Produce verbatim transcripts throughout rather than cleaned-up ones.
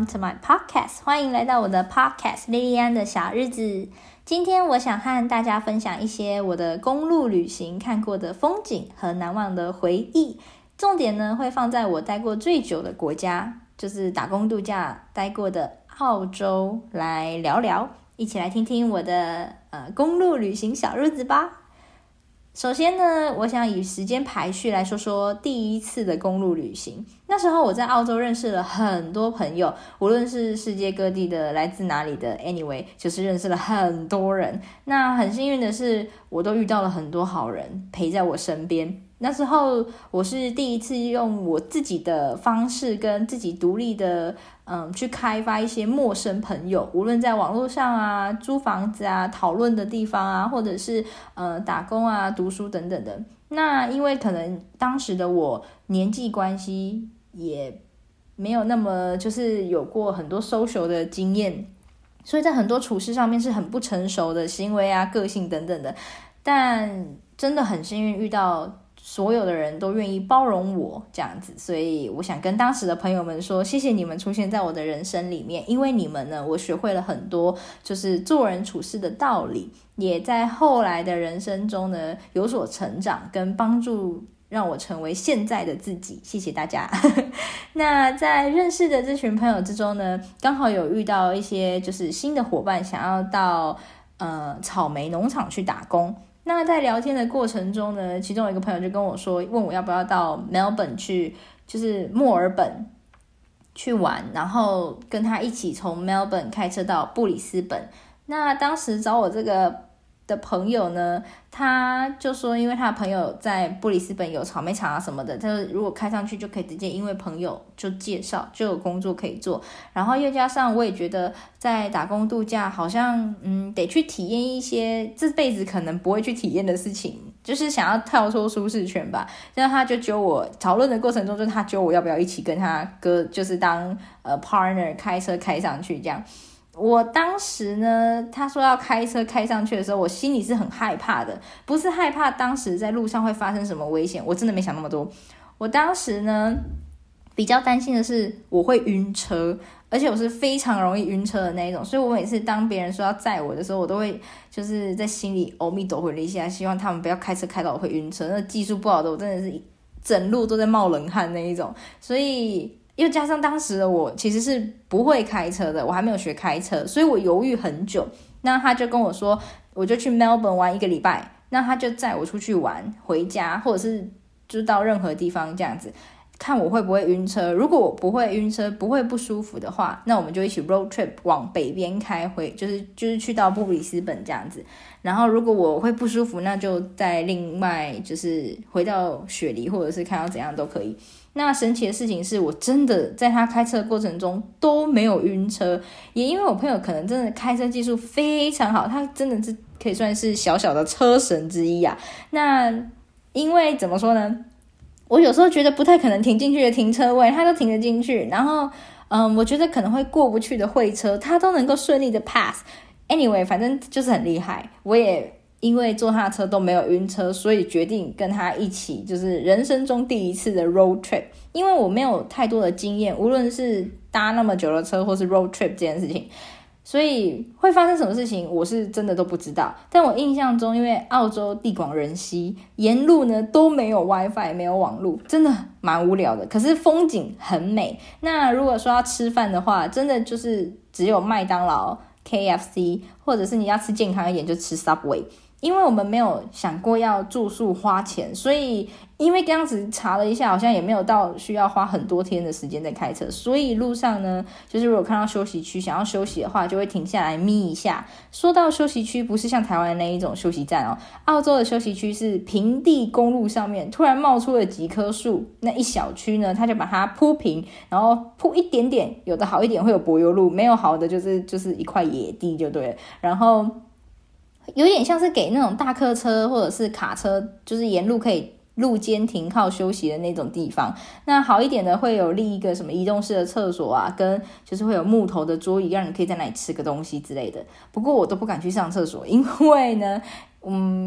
Welcome to my podcast， 欢迎来到我的 podcast 莉莉安的小日子。今天我想和大家分享一些我的公路旅行看过的风景和难忘的回忆，重点呢会放在我待过最久的国家，就是打工度假待过的澳洲，来聊聊，一起来听听我的呃公路旅行小日子吧。首先呢，我想以时间排序来说说第一次的公路旅行。那时候我在澳洲认识了很多朋友，无论是世界各地的，来自哪里的 anyway， 就是认识了很多人。那很幸运的是，我都遇到了很多好人陪在我身边。那时候我是第一次用我自己的方式跟自己独立的嗯去开发一些陌生朋友，无论在网络上啊、租房子啊、讨论的地方啊，或者是呃打工啊、读书等等的。那因为可能当时的我年纪关系也没有那么就是有过很多 social 的经验，所以在很多处事上面是很不成熟的行为啊、个性等等的。但真的很幸运遇到所有的人都愿意包容我这样子，所以我想跟当时的朋友们说，谢谢你们出现在我的人生里面，因为你们呢，我学会了很多就是做人处事的道理，也在后来的人生中呢有所成长跟帮助，让我成为现在的自己，谢谢大家。那在认识的这群朋友之中呢，刚好有遇到一些就是新的伙伴想要到呃草莓农场去打工。那在聊天的过程中呢，其中有一个朋友就跟我说，问我要不要到 Melbourne 去，就是墨尔本去玩，然后跟他一起从 Melbourne 开车到布里斯本。那当时找我这个的朋友呢，他就说因为他的朋友在布里斯本有草莓厂啊什么的，他如果开上去就可以直接因为朋友就介绍就有工作可以做，然后又加上我也觉得在打工度假好像嗯得去体验一些这辈子可能不会去体验的事情，就是想要跳脱舒适圈吧。然后他就揪我，讨论的过程中就是他揪我要不要一起跟他哥就是当呃 partner 开车开上去这样。我当时呢，他说要开车开上去的时候，我心里是很害怕的，不是害怕当时在路上会发生什么危险，我真的没想那么多。我当时呢比较担心的是我会晕车，而且我是非常容易晕车的那一种，所以我每次当别人说要载我的时候，我都会就是在心里阿弥陀佛了一下，希望他们不要开车开到我会晕车。那技术不好的我真的是整路都在冒冷汗那一种，所以又加上当时的我其实是不会开车的，我还没有学开车，所以我犹豫很久。那他就跟我说，我就去 Melbourne 玩一个礼拜，那他就载我出去玩回家，或者是就到任何地方这样子，看我会不会晕车。如果我不会晕车，不会不舒服的话，那我们就一起 road trip 往北边开回，就是就是去到布里斯本这样子。然后如果我会不舒服，那就再另外就是回到雪梨，或者是看到怎样都可以。那神奇的事情是，我真的在他开车的过程中都没有晕车，也因为我朋友可能真的开车技术非常好，他真的是可以算是小小的车神之一啊。那因为怎么说呢，我有时候觉得不太可能停进去的停车位他都停得进去，然后嗯，我觉得可能会过不去的会车他都能够顺利的 pass。 anyway 反正就是很厉害，我也因为坐他的车都没有晕车，所以决定跟他一起就是人生中第一次的 road trip。 因为我没有太多的经验，无论是搭那么久的车或是 road trip 这件事情，所以会发生什么事情我是真的都不知道。但我印象中因为澳洲地广人稀，沿路呢都没有 wifi 没有网路，真的蛮无聊的，可是风景很美。那如果说要吃饭的话，真的就是只有麦当劳 K F C， 或者是你要吃健康一点就吃 Subway。因为我们没有想过要住宿花钱，所以因为这样子查了一下，好像也没有到需要花很多天的时间在开车，所以路上呢，就是如果看到休息区想要休息的话，就会停下来眯一下。说到休息区，不是像台湾那一种休息站哦，澳洲的休息区是平地公路上面突然冒出了几棵树，那一小区呢，他就把它铺平，然后铺一点点，有的好一点会有柏油路，没有好的就是就是一块野地就对了。然后有点像是给那种大客车或者是卡车，就是沿路可以路肩停靠休息的那种地方。那好一点的会有立一个什么移动式的厕所啊，跟就是会有木头的桌椅，让你可以在那里吃个东西之类的。不过我都不敢去上厕所，因为呢嗯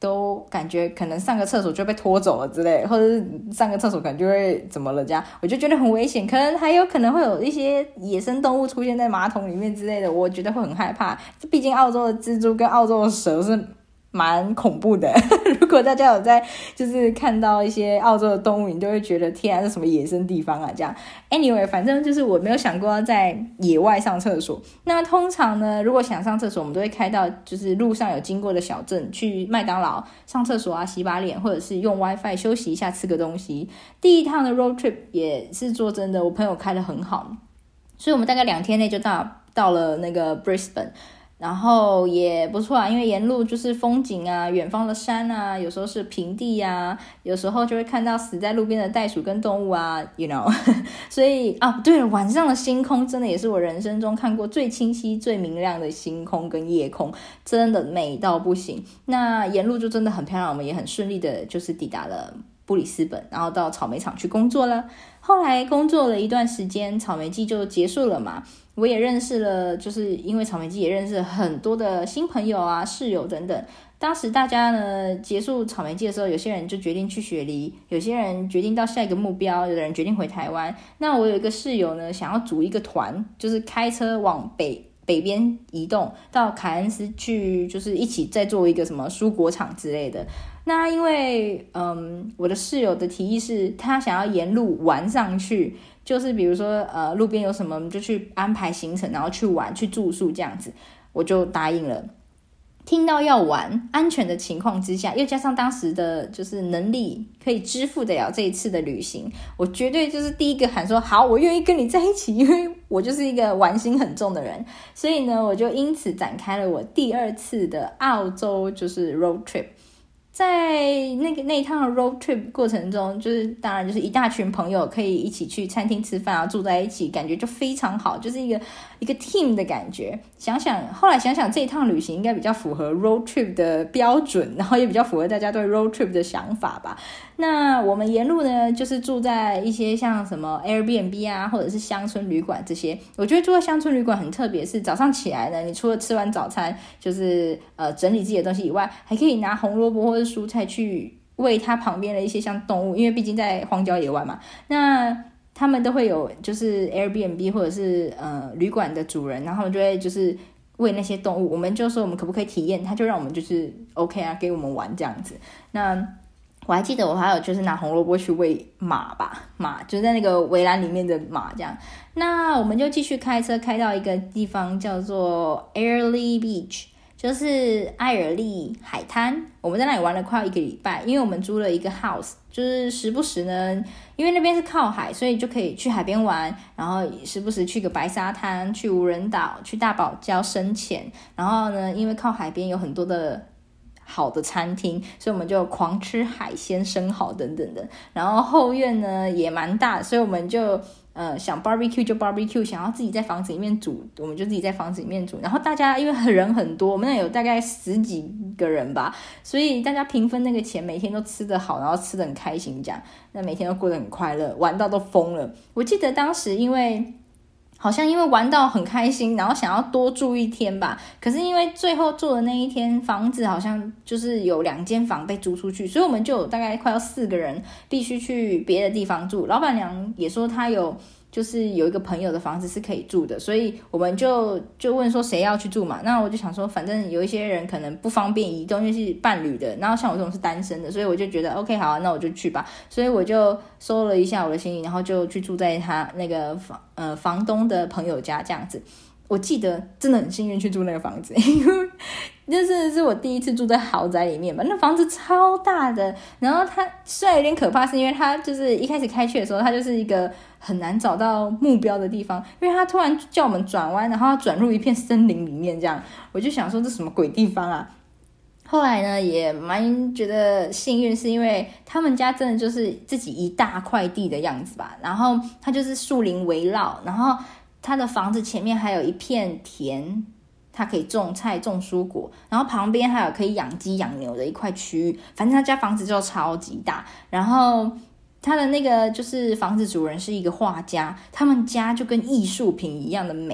都感觉可能上个厕所就被拖走了之类，或者是上个厕所可能就会怎么了这样，我就觉得很危险，可能还有可能会有一些野生动物出现在马桶里面之类的，我觉得会很害怕。毕竟澳洲的蜘蛛跟澳洲的蛇是蛮恐怖的如果大家有在就是看到一些澳洲的动物，你就会觉得天啊，这什么野生地方啊这样。 anyway 反正就是我没有想过要在野外上厕所。那通常呢，如果想上厕所，我们都会开到就是路上有经过的小镇，去麦当劳上厕所啊，洗把脸，或者是用 WiFi 休息一下，吃个东西。第一趟的 road trip 也是做真的，我朋友开得很好，所以我们大概两天内就到到了那个 Brisbane，然后也不错啊，因为沿路就是风景啊，远方的山啊，有时候是平地啊，有时候就会看到死在路边的袋鼠跟动物啊 you know 所以啊，对了，晚上的星空真的也是我人生中看过最清晰最明亮的星空跟夜空，真的美到不行。那沿路就真的很漂亮，我们也很顺利的就是抵达了布里斯本，然后到草莓厂去工作了。后来工作了一段时间，草莓季就结束了嘛，我也认识了，就是因为草莓季也认识了很多的新朋友啊，室友等等。当时大家呢结束草莓季的时候，有些人就决定去雪梨，有些人决定到下一个目标，有的人决定回台湾。那我有一个室友呢，想要组一个团，就是开车往北北边移动到凯恩斯去，就是一起再做一个什么蔬果场之类的。那因为嗯，我的室友的提议是他想要沿路玩上去，就是比如说呃路边有什么我们就去安排行程，然后去玩去住宿这样子，我就答应了。听到要玩安全的情况之下，又加上当时的就是能力可以支付得了这一次的旅行，我绝对就是第一个喊说好，我愿意跟你在一起，因为我就是一个玩心很重的人。所以呢，我就因此展开了我第二次的澳洲就是 road trip。在那个那一趟的 road trip 过程中，就是当然就是一大群朋友可以一起去餐厅吃饭啊，住在一起，感觉就非常好，就是一个一个 team 的感觉。想想后来想想，这一趟旅行应该比较符合 road trip 的标准，然后也比较符合大家对 road trip 的想法吧。那我们沿路呢，就是住在一些像什么 Airbnb 啊，或者是乡村旅馆这些。我觉得住在乡村旅馆很特别，是早上起来呢，你除了吃完早餐，就是呃整理自己的东西以外，还可以拿红萝卜或者蔬菜去喂它旁边的一些像动物，因为毕竟在荒郊野外嘛。那他们都会有就是 Airbnb 或者是呃旅馆的主人，然后他们就会就是喂那些动物，我们就说我们可不可以体验，他就让我们就是 OK 啊，给我们玩这样子。那我还记得我还有就是拿红萝卜去喂马吧，马就是在那个围栏里面的马这样。那我们就继续开车开到一个地方叫做 Airlie Beach， 就是艾尔利海滩。我们在那里玩了快一个礼拜，因为我们租了一个 house， 就是时不时呢，因为那边是靠海，所以就可以去海边玩，然后时不时去个白沙滩，去无人岛，去大堡礁深潜。然后呢，因为靠海边有很多的好的餐厅，所以我们就狂吃海鲜、生蚝等等的。然后后院呢也蛮大，所以我们就呃想 barbecue 就 barbecue， 想要自己在房子里面煮，我们就自己在房子里面煮。然后大家因为人很多，我们那有大概十几个人吧，所以大家平分那个钱，每天都吃得好，然后吃得很开心，这样那每天都过得很快乐，玩到都疯了。我记得当时因为好像因为玩到很开心，然后想要多住一天吧，可是因为最后住的那一天房子好像就是有两间房被租出去，所以我们就有大概快要四个人必须去别的地方住。老板娘也说她有就是有一个朋友的房子是可以住的，所以我们就就问说谁要去住嘛。那我就想说反正有一些人可能不方便移动，因为是伴侣的，然后像我这种是单身的，所以我就觉得 OK 好啊，那我就去吧。所以我就收了一下我的行李，然后就去住在他那个房呃房东的朋友家这样子。我记得真的很幸运去住那个房子，因为那是是我第一次住在豪宅里面吧，那房子超大的。然后它虽然有点可怕，是因为它就是一开始开去的时候，它就是一个很难找到目标的地方，因为它突然叫我们转弯，然后转入一片森林里面这样，我就想说这什么鬼地方啊。后来呢也蛮觉得幸运，是因为他们家真的就是自己一大块地的样子吧，然后它就是树林围绕，然后他的房子前面还有一片田，他可以种菜种蔬果，然后旁边还有可以养鸡养牛的一块区域，反正他家房子就超级大。然后他的那个就是房子主人是一个画家，他们家就跟艺术品一样的美，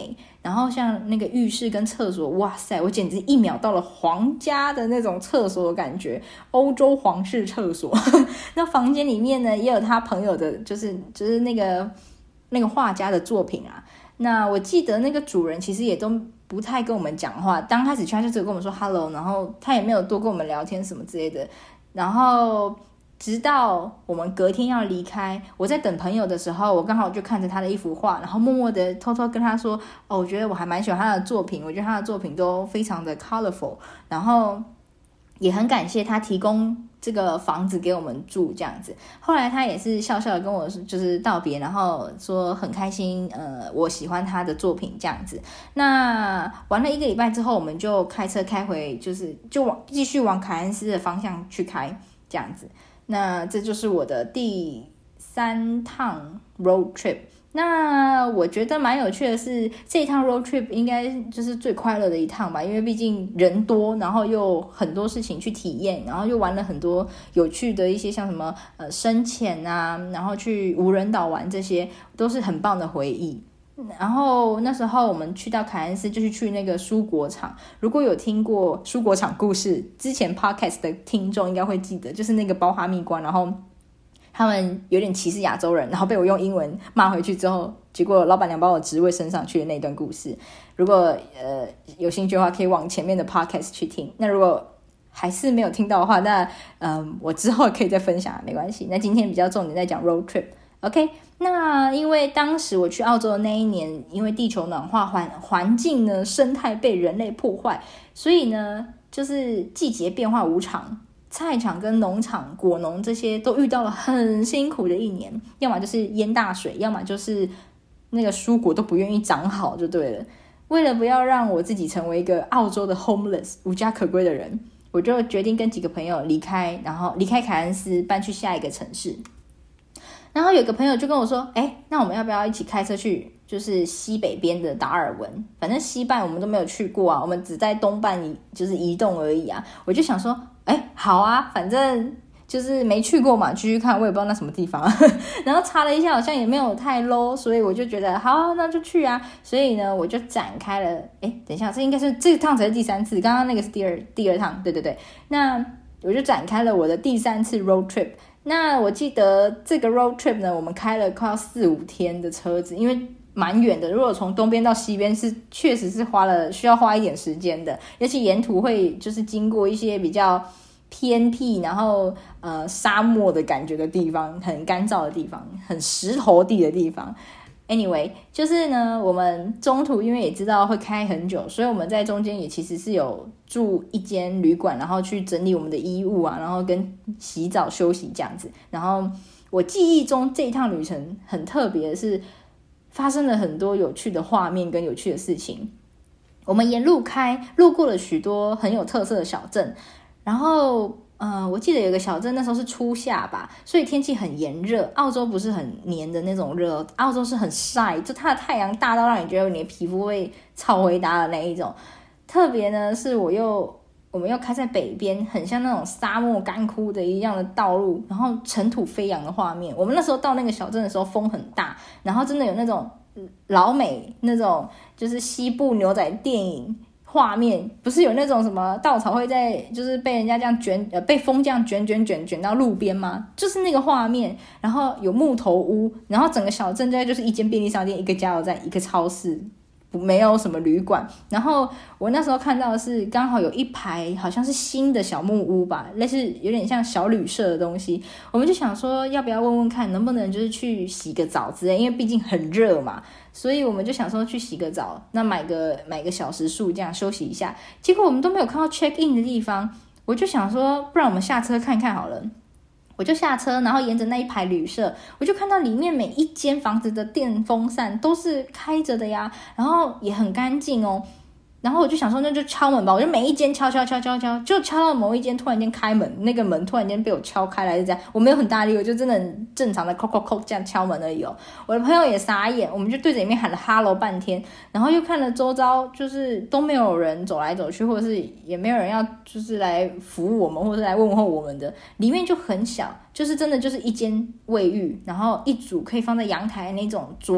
然后像那个浴室跟厕所，哇塞，我简直一秒到了皇家的那种厕所的感觉，欧洲皇室厕所。那房间里面呢也有他朋友的就是就是那个那个画家的作品啊。那我记得那个主人其实也都不太跟我们讲话，刚开始去他就只有跟我们说 hello， 然后他也没有多跟我们聊天什么之类的。然后直到我们隔天要离开，我在等朋友的时候，我刚好就看着他的一幅画，然后默默的偷偷跟他说，哦，我觉得我还蛮喜欢他的作品，我觉得他的作品都非常的 colorful， 然后也很感谢他提供这个房子给我们住这样子。后来他也是笑笑的跟我就是道别，然后说很开心，呃，我喜欢他的作品这样子。那玩了一个礼拜之后，我们就开车开回，就是就往继续往凯恩斯的方向去开这样子。那这就是我的第三趟 road trip。那我觉得蛮有趣的是，这一趟 road trip 应该就是最快乐的一趟吧，因为毕竟人多，然后又很多事情去体验，然后又玩了很多有趣的一些像什么呃深潜啊，然后去无人岛玩，这些都是很棒的回忆。然后那时候我们去到凯恩斯，就是去那个蔬果场。如果有听过蔬果场故事之前 podcast 的听众应该会记得，就是那个包哈密瓜，然后他们有点歧视亚洲人，然后被我用英文骂回去之后，结果老板娘把我职位升上去的那段故事。如果呃有兴趣的话，可以往前面的 podcast 去听。那如果还是没有听到的话，那嗯我之后可以再分享，没关系。那今天比较重点在讲 road trip。OK， 那因为当时我去澳洲的那一年，因为地球暖化，环环境呢生态被人类破坏，所以呢就是季节变化无常，菜场跟农场果农这些都遇到了很辛苦的一年，要么就是淹大水，要么就是那个蔬果都不愿意长好就对了。为了不要让我自己成为一个澳洲的 homeless 无家可归的人，我就决定跟几个朋友离开，然后离开凯恩斯搬去下一个城市。然后有个朋友就跟我说，哎，那我们要不要一起开车去就是西北边的达尔文，反正西半我们都没有去过啊，我们只在东半就是移动而已啊。我就想说，哎，好啊，反正就是没去过嘛，继续看，我也不知道那什么地方然后查了一下好像也没有太 low， 所以我就觉得好啊，那就去啊。所以呢我就展开了，哎，等一下，这应该是这趟才是第三次，刚刚那个是第二第二趟，对对对。那我就展开了我的第三次 road trip。那我记得这个 road trip 呢，我们开了快要四五天的车子，因为蛮远的，如果从东边到西边是确实是花了需要花一点时间的，而且沿途会就是经过一些比较偏僻，然后呃沙漠的感觉的地方，很干燥的地方，很石头地的地方。Anyway， 就是呢我们中途因为也知道会开很久，所以我们在中间也其实是有住一间旅馆，然后去整理我们的衣物啊，然后跟洗澡休息这样子。然后我记忆中这一趟旅程很特别的是发生了很多有趣的画面跟有趣的事情。我们沿路开，路过了许多很有特色的小镇，然后呃，我记得有个小镇那时候是初夏吧，所以天气很炎热。澳洲不是很黏的那种热，澳洲是很晒，就它的太阳大到让你觉得你的皮肤会超回答的那一种。特别呢是我又我们又开在北边，很像那种沙漠干枯的一样的道路，然后尘土飞扬的画面。我们那时候到那个小镇的时候风很大，然后真的有那种老美那种就是西部牛仔电影画面，不是有那种什么稻草会在就是被人家这样卷呃被风这样卷卷卷卷到路边吗？就是那个画面。然后有木头屋，然后整个小镇大概就是一间便利商店，一个加油站，一个超市，没有什么旅馆。然后我那时候看到的是刚好有一排好像是新的小木屋吧，类似有点像小旅社的东西。我们就想说要不要问问看能不能就是去洗个澡之类，因为毕竟很热嘛，所以我们就想说去洗个澡，那买个买个小时数这样休息一下。结果我们都没有看到 check in 的地方，我就想说不然我们下车看看好了。我就下车，然后沿着那一排旅社，我就看到里面每一间房子的电风扇都是开着的呀，然后也很干净哦。然后我就想说那就敲门吧，我就每一间敲敲敲敲敲，就敲到某一间突然间开门，那个门突然间被我敲开来，是这样，我没有很大力，我就真的很正常的叩叩叩这样敲门而已哦。我的朋友也傻眼，我们就对着里面喊了 hello 半天，然后又看了周遭，就是都没有人走来走去，或者是也没有人要就是来服务我们，或者是来问候我们的。里面就很小，就是真的就是一间卫浴，然后一组可以放在阳台那种桌椅，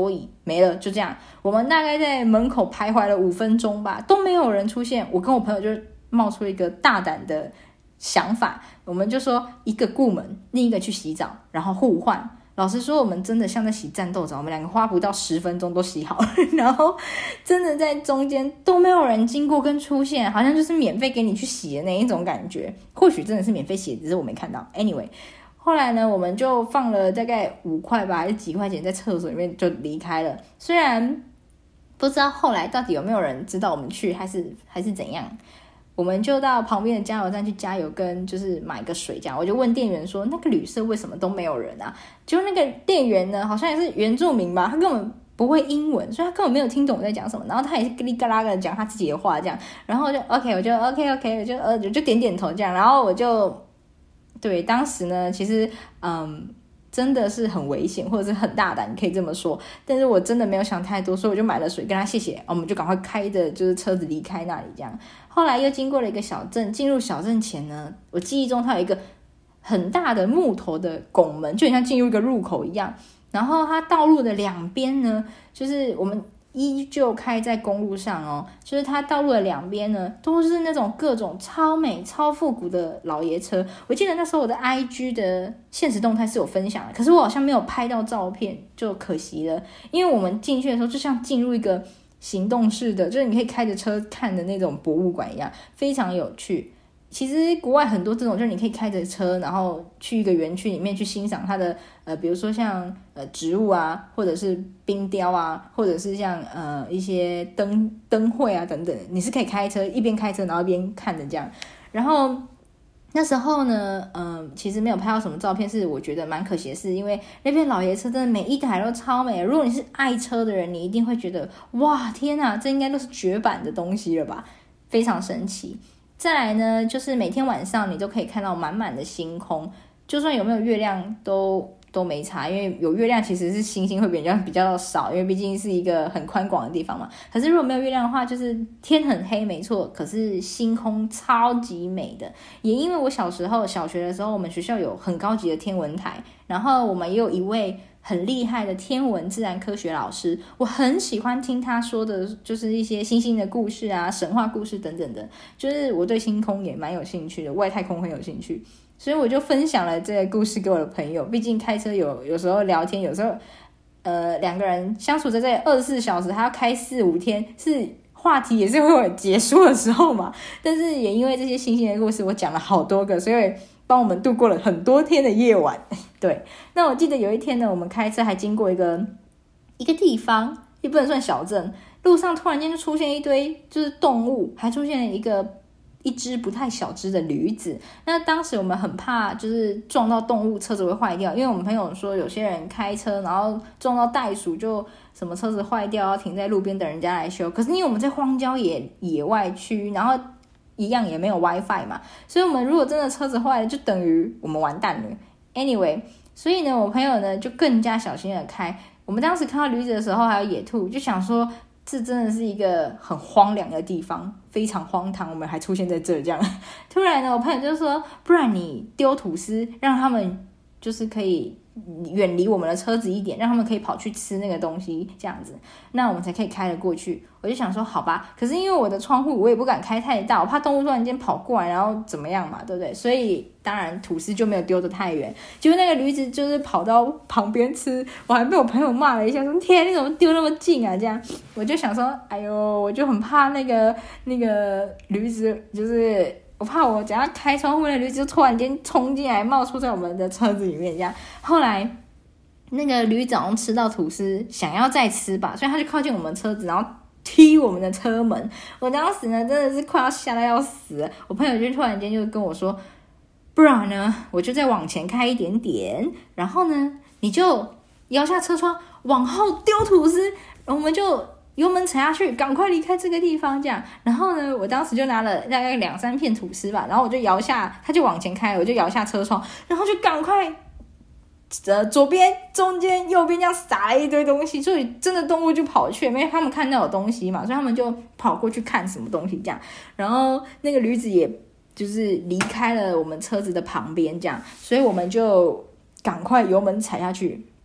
没了，就这样。我们大概在门口徘徊了五分钟吧，都没有人出现。我跟我朋友就冒出一个大胆的想法，我们就说一个顾门，另一个去洗澡，然后互换。老实说，我们真的像在洗战斗澡，我们两个花不到十分钟都洗好了，然后真的在中间都没有人经过跟出现，好像就是免费给你去洗的那一种感觉。或许真的是免费洗，只是我没看到。Anyway， 后来呢，我们就放了大概五块吧，还是几块钱在厕所里面就离开了。虽然不知道后来到底有没有人知道我们去，还是还是怎样。我们就到旁边的加油站去加油，跟就是买个水这样。我就问店员说，那个旅社为什么都没有人啊？结果那个店员呢，好像也是原住民吧，他根本不会英文，所以他根本没有听懂我在讲什么。然后他也是叽里嘎啦的讲他自己的话这样。然后我就 OK， 我就 OK OK， 我就呃就点点头这样。然后我就对当时呢，其实嗯。真的是很危险，或者是很大胆，你可以这么说。但是我真的没有想太多，所以我就买了水跟他谢谢，我们就赶快开着就是车子离开那里这样。后来又经过了一个小镇，进入小镇前呢，我记忆中它有一个很大的木头的拱门，就很像进入一个入口一样。然后它道路的两边呢，就是我们依旧开在公路上哦，就是它道路的两边呢都是那种各种超美超复古的老爷车。我记得那时候我的 I G 的限时动态是有分享的，可是我好像没有拍到照片，就可惜了。因为我们进去的时候就像进入一个行动式的，就是你可以开着车看的那种博物馆一样，非常有趣。其实国外很多这种，就是你可以开着车，然后去一个园区里面去欣赏它的呃，比如说像呃植物啊，或者是冰雕啊，或者是像呃一些灯灯会啊等等，你是可以开车一边开车然后一边看的这样。然后那时候呢，嗯、呃，其实没有拍到什么照片，是我觉得蛮可惜的是，因为那边老爷车真的每一台都超美。如果你是爱车的人，你一定会觉得哇天哪，这应该都是绝版的东西了吧，非常神奇。再来呢，就是每天晚上你都可以看到满满的星空，就算有没有月亮都都没差，因为有月亮其实是星星会比较比较少，因为毕竟是一个很宽广的地方嘛。可是如果没有月亮的话，就是天很黑没错，可是星空超级美的。也因为我小时候小学的时候，我们学校有很高级的天文台，然后我们也有一位很厉害的天文自然科学老师，我很喜欢听他说的就是一些星星的故事啊，神话故事等等的，就是我对星空也蛮有兴趣的，外太空很有兴趣，所以我就分享了这个故事给我的朋友。毕竟开车有有时候聊天，有时候呃两个人相处在这里二十四小时，还要开四五天，是话题也是会有结束的时候嘛。但是也因为这些星星的故事，我讲了好多个，所以帮我们度过了很多天的夜晚。对，那我记得有一天呢，我们开车还经过一个一个地方，也不能算小镇，路上突然间就出现一堆就是动物，还出现了一个一只不太小只的驴子。那当时我们很怕就是撞到动物车子会坏掉，因为我们朋友说有些人开车然后撞到袋鼠就什么车子坏掉要停在路边等人家来修。可是因为我们在荒郊野野外区，然后一样也没有 WiFi 嘛，所以我们如果真的车子坏了，就等于我们完蛋了。Anyway， 所以呢，我朋友呢就更加小心的开。我们当时看到驴子的时候，还有野兔，就想说这真的是一个很荒凉的地方，非常荒唐，我们还出现在这这样。突然呢，我朋友就说，不然你丢吐司，让他们就是可以远离我们的车子一点，让他们可以跑去吃那个东西，这样子，那我们才可以开得过去。我就想说好吧，可是因为我的窗户我也不敢开太大，我怕动物突然间跑过来然后怎么样嘛，对不对？所以当然吐司就没有丢得太远。结果那个驴子就是跑到旁边吃，我还被我朋友骂了一下，说天你怎么丢那么近啊，这样。我就想说哎呦，我就很怕那个那个驴子，就是我怕我只要开窗户，那驴子就突然间冲进来，冒出在我们的车子里面这样。后来那个驴子好像吃到吐司，想要再吃吧，所以他就靠近我们车子，然后踢我们的车门。我当时呢真的是快要吓到要死了，我朋友就突然间就跟我说，不然呢我就再往前开一点点，然后呢你就摇下车窗往后丢吐司，我们就油门踩下去，赶快离开这个地方这样。然后呢我当时就拿了大概两三片吐司吧，然后我就摇下，他就往前开，我就摇下车窗，然后就赶快呃，左边、中间、右边这样撒了一堆东西，所以真的动物就跑去，因为他们看到有东西嘛，所以他们就跑过去看什么东西这样。然后那个驴子也就是离开了我们车子的旁边这样，所以我们就赶快油门踩下去，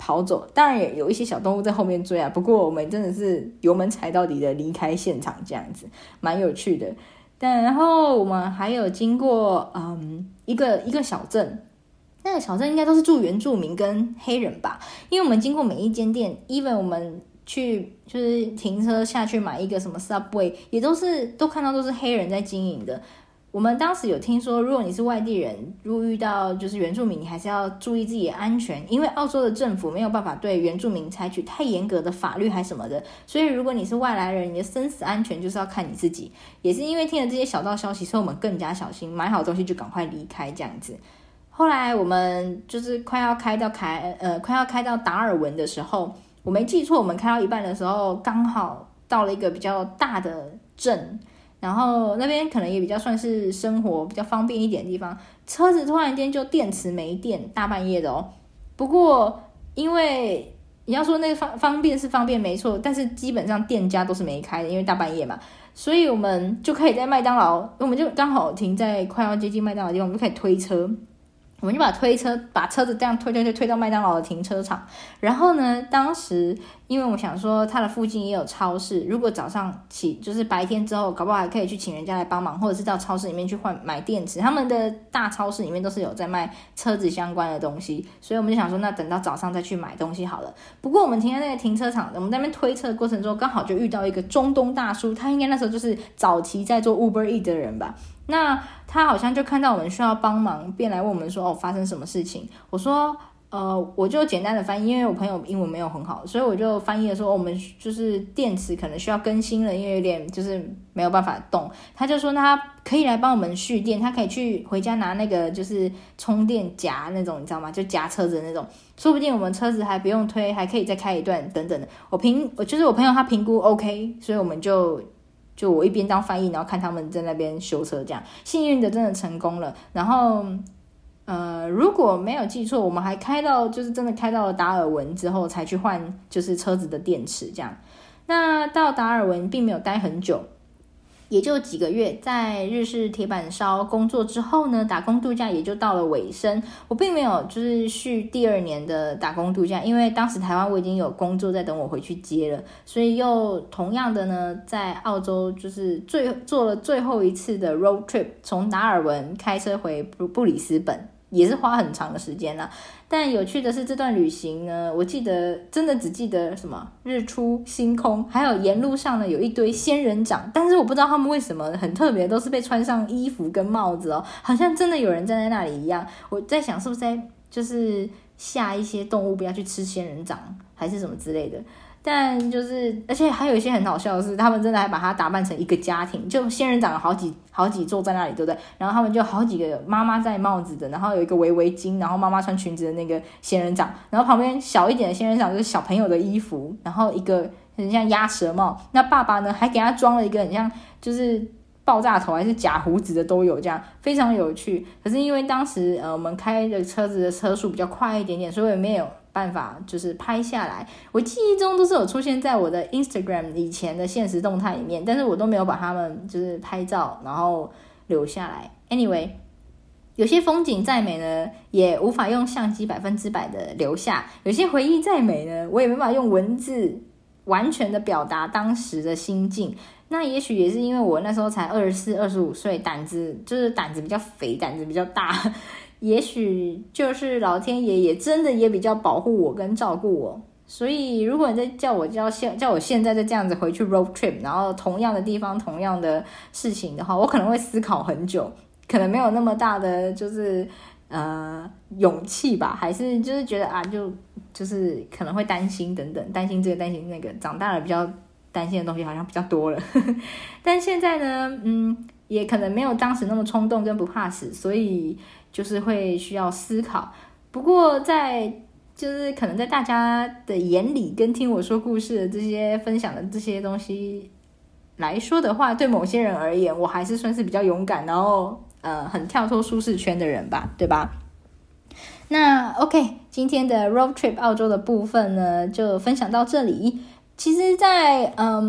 跑走，当然也有一些小动物在后面追啊，不过我们真的是油门踩到底的离开现场，这样子蛮有趣的。但然后我们还有经过嗯一个一个小镇，那个小镇应该都是住原住民跟黑人吧，因为我们经过每一间店 even 我们去就是停车下去买一个什么 Subway 也都是都看到都是黑人在经营的。我们当时有听说，如果你是外地人，如果遇到就是原住民，你还是要注意自己的安全，因为澳洲的政府没有办法对原住民采取太严格的法律还什么的，所以如果你是外来人，你的生死安全就是要看你自己。也是因为听了这些小道消息，所以我们更加小心，买好东西就赶快离开这样子。后来我们就是快要开到开呃快要开到达尔文的时候，我没记错，我们开到一半的时候，刚好到了一个比较大的镇。然后那边可能也比较算是生活比较方便一点的地方，车子突然间就电池没电，大半夜的哦。不过因为你要说那个方方便是方便没错，但是基本上店家都是没开的，因为大半夜嘛，所以我们就可以在麦当劳，我们就刚好停在快要接近麦当劳的地方，我们就可以推车。我们就把推车把车子这样推推推推到麦当劳的停车场，然后呢，当时因为我想说它的附近也有超市，如果早上起就是白天之后，搞不好还可以去请人家来帮忙，或者是到超市里面去换买电池，他们的大超市里面都是有在卖车子相关的东西，所以我们就想说那等到早上再去买东西好了。不过我们停在那个停车场，我们在那边推车的过程中，刚好就遇到一个中东大叔，他应该那时候就是早期在做 Uber Eats 的人吧。那他好像就看到我们需要帮忙，便来问我们说哦发生什么事情。我说呃我就简单的翻译，因为我朋友英文没有很好，所以我就翻译了说、哦、我们就是电池可能需要更新了，因为有点就是没有办法动。他就说那他可以来帮我们续电，他可以去回家拿那个就是充电夹那种，你知道吗？就夹车子的那种，说不定我们车子还不用推，还可以再开一段等等的。我评我就是我朋友他评估 OK， 所以我们就就我一边当翻译，然后看他们在那边修车，这样幸运的真的成功了。然后呃，如果没有记错，我们还开到就是真的开到了达尔文之后才去换就是车子的电池这样。那到达尔文并没有待很久，也就几个月，在日式铁板烧工作之后呢，打工度假也就到了尾声。我并没有就是续第二年的打工度假，因为当时台湾我已经有工作在等我回去接了，所以又同样的呢，在澳洲就是最做了最后一次的 road trip， 从达尔文开车回布布里斯本，也是花很长的时间啦。但有趣的是这段旅行呢，我记得真的只记得什么日出星空，还有沿路上呢有一堆仙人掌，但是我不知道他们为什么很特别，都是被穿上衣服跟帽子哦，好像真的有人站在那里一样。我在想是不是在就是吓一些动物不要去吃仙人掌还是什么之类的。但就是而且还有一些很好笑的是，他们真的还把它打扮成一个家庭，就仙人掌有好几好几座在那里，对不对？然后他们就好几个妈妈戴帽子的，然后有一个围围巾，然后妈妈穿裙子的那个仙人掌，然后旁边小一点的仙人掌就是小朋友的衣服，然后一个很像鸭舌帽。那爸爸呢还给他装了一个很像就是爆炸头还是假胡子的都有，这样非常有趣。可是因为当时呃我们开的车子的车速比较快一点点，所以我也没有办法就是拍下来。我记忆中都是有出现在我的 Instagram 以前的限时动态里面，但是我都没有把它们就是拍照然后留下来。 Anyway， 有些风景再美呢也无法用相机百分之百的留下，有些回忆再美呢我也没办法用文字完全的表达当时的心境。那也许也是因为我那时候才二十四、二十五岁，胆子就是胆子比较肥，胆子比较大，也许就是老天爷也真的也比较保护我跟照顾我。所以如果你再叫我叫现叫我现在再这样子回去 road trip， 然后同样的地方同样的事情的话，我可能会思考很久，可能没有那么大的就是呃勇气吧，还是就是觉得啊就就是可能会担心等等，担心这个担心那个，长大了比较担心的东西好像比较多了但现在呢嗯也可能没有当时那么冲动跟不怕死，所以就是会需要思考。不过在就是可能在大家的眼里跟听我说故事的这些分享的这些东西来说的话，对某些人而言我还是算是比较勇敢，然后呃很跳脱舒适圈的人吧，对吧？那 OK， 今天的 road trip 澳洲的部分呢就分享到这里。其实在嗯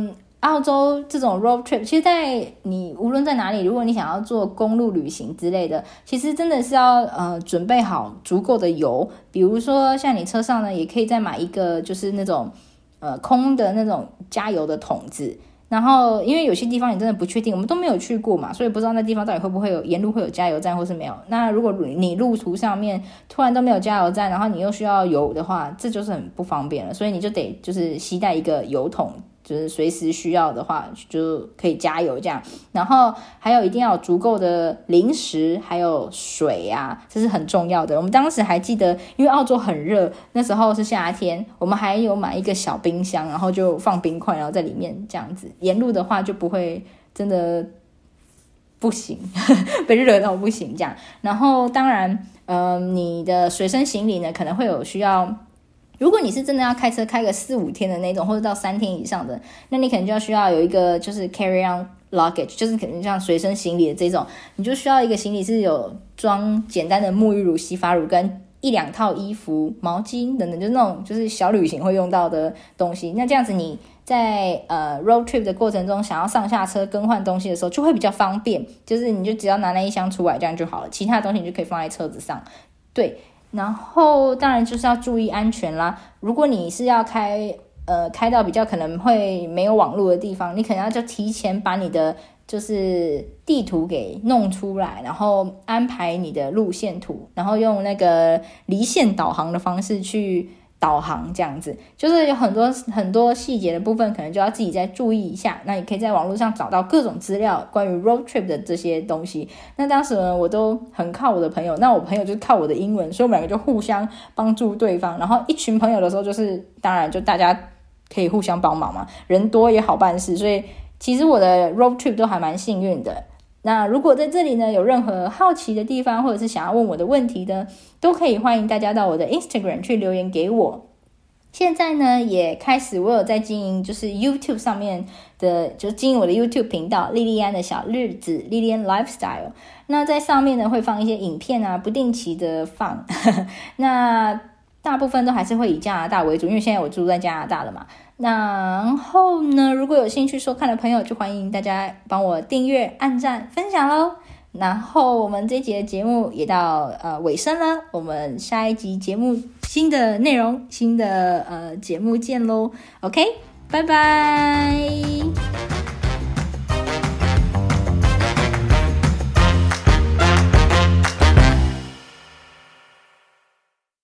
澳洲这种 road trip， 其实在你无论在哪里，如果你想要做公路旅行之类的，其实真的是要呃准备好足够的油。比如说像你车上呢，也可以再买一个就是那种呃空的那种加油的桶子。然后因为有些地方你真的不确定，我们都没有去过嘛，所以不知道那地方到底会不会有沿路会有加油站或是没有。那如果你路途上面突然都没有加油站，然后你又需要油的话，这就是很不方便了，所以你就得就是携带一个油桶，就是随时需要的话就可以加油这样。然后还有一定要有足够的零食还有水啊，这是很重要的。我们当时还记得，因为澳洲很热，那时候是夏天，我们还有买一个小冰箱，然后就放冰块，然后在里面这样子，沿路的话就不会真的不行被热到不行这样。然后当然呃，你的随身行李呢可能会有需要，如果你是真的要开车开个四五天的那种，或者到三天以上的，那你可能就要需要有一个就是 carry on luggage， 就是可能像随身行李的这种，你就需要一个行李是有装简单的沐浴乳、洗发乳跟一两套衣服、毛巾等等，就是那种就是小旅行会用到的东西。那这样子你在呃 road trip 的过程中想要上下车更换东西的时候就会比较方便，就是你就只要拿那一箱出来这样就好了，其他的东西你就可以放在车子上。对，然后当然就是要注意安全啦。如果你是要开呃开到比较可能会没有网络的地方，你可能要就提前把你的就是地图给弄出来，然后安排你的路线图，然后用那个离线导航的方式去导航，这样子就是有很多很多细节的部分可能就要自己再注意一下。那你可以在网络上找到各种资料关于 road trip 的这些东西。那当时呢我都很靠我的朋友，那我朋友就靠我的英文，所以我们两个就互相帮助对方。然后一群朋友的时候就是当然就大家可以互相帮忙嘛，人多也好办事，所以其实我的 road trip 都还蛮幸运的。那如果在这里呢有任何好奇的地方，或者是想要问我的问题呢，都可以欢迎大家到我的 Instagram 去留言给我。现在呢也开始我有在经营就是 YouTube 上面的，就是经营我的 YouTube 频道莉莉安的小日子 Lilian Lifestyle。 那在上面呢会放一些影片啊，不定期的放那大部分都还是会以加拿大为主，因为现在我住在加拿大了嘛。那然后呢如果有兴趣收看的朋友，就欢迎大家帮我订阅、按赞、分享咯。然后我们这一集的节目也到呃尾声了，我们下一集节目新的内容、新的呃节目见咯。 OK， 拜拜。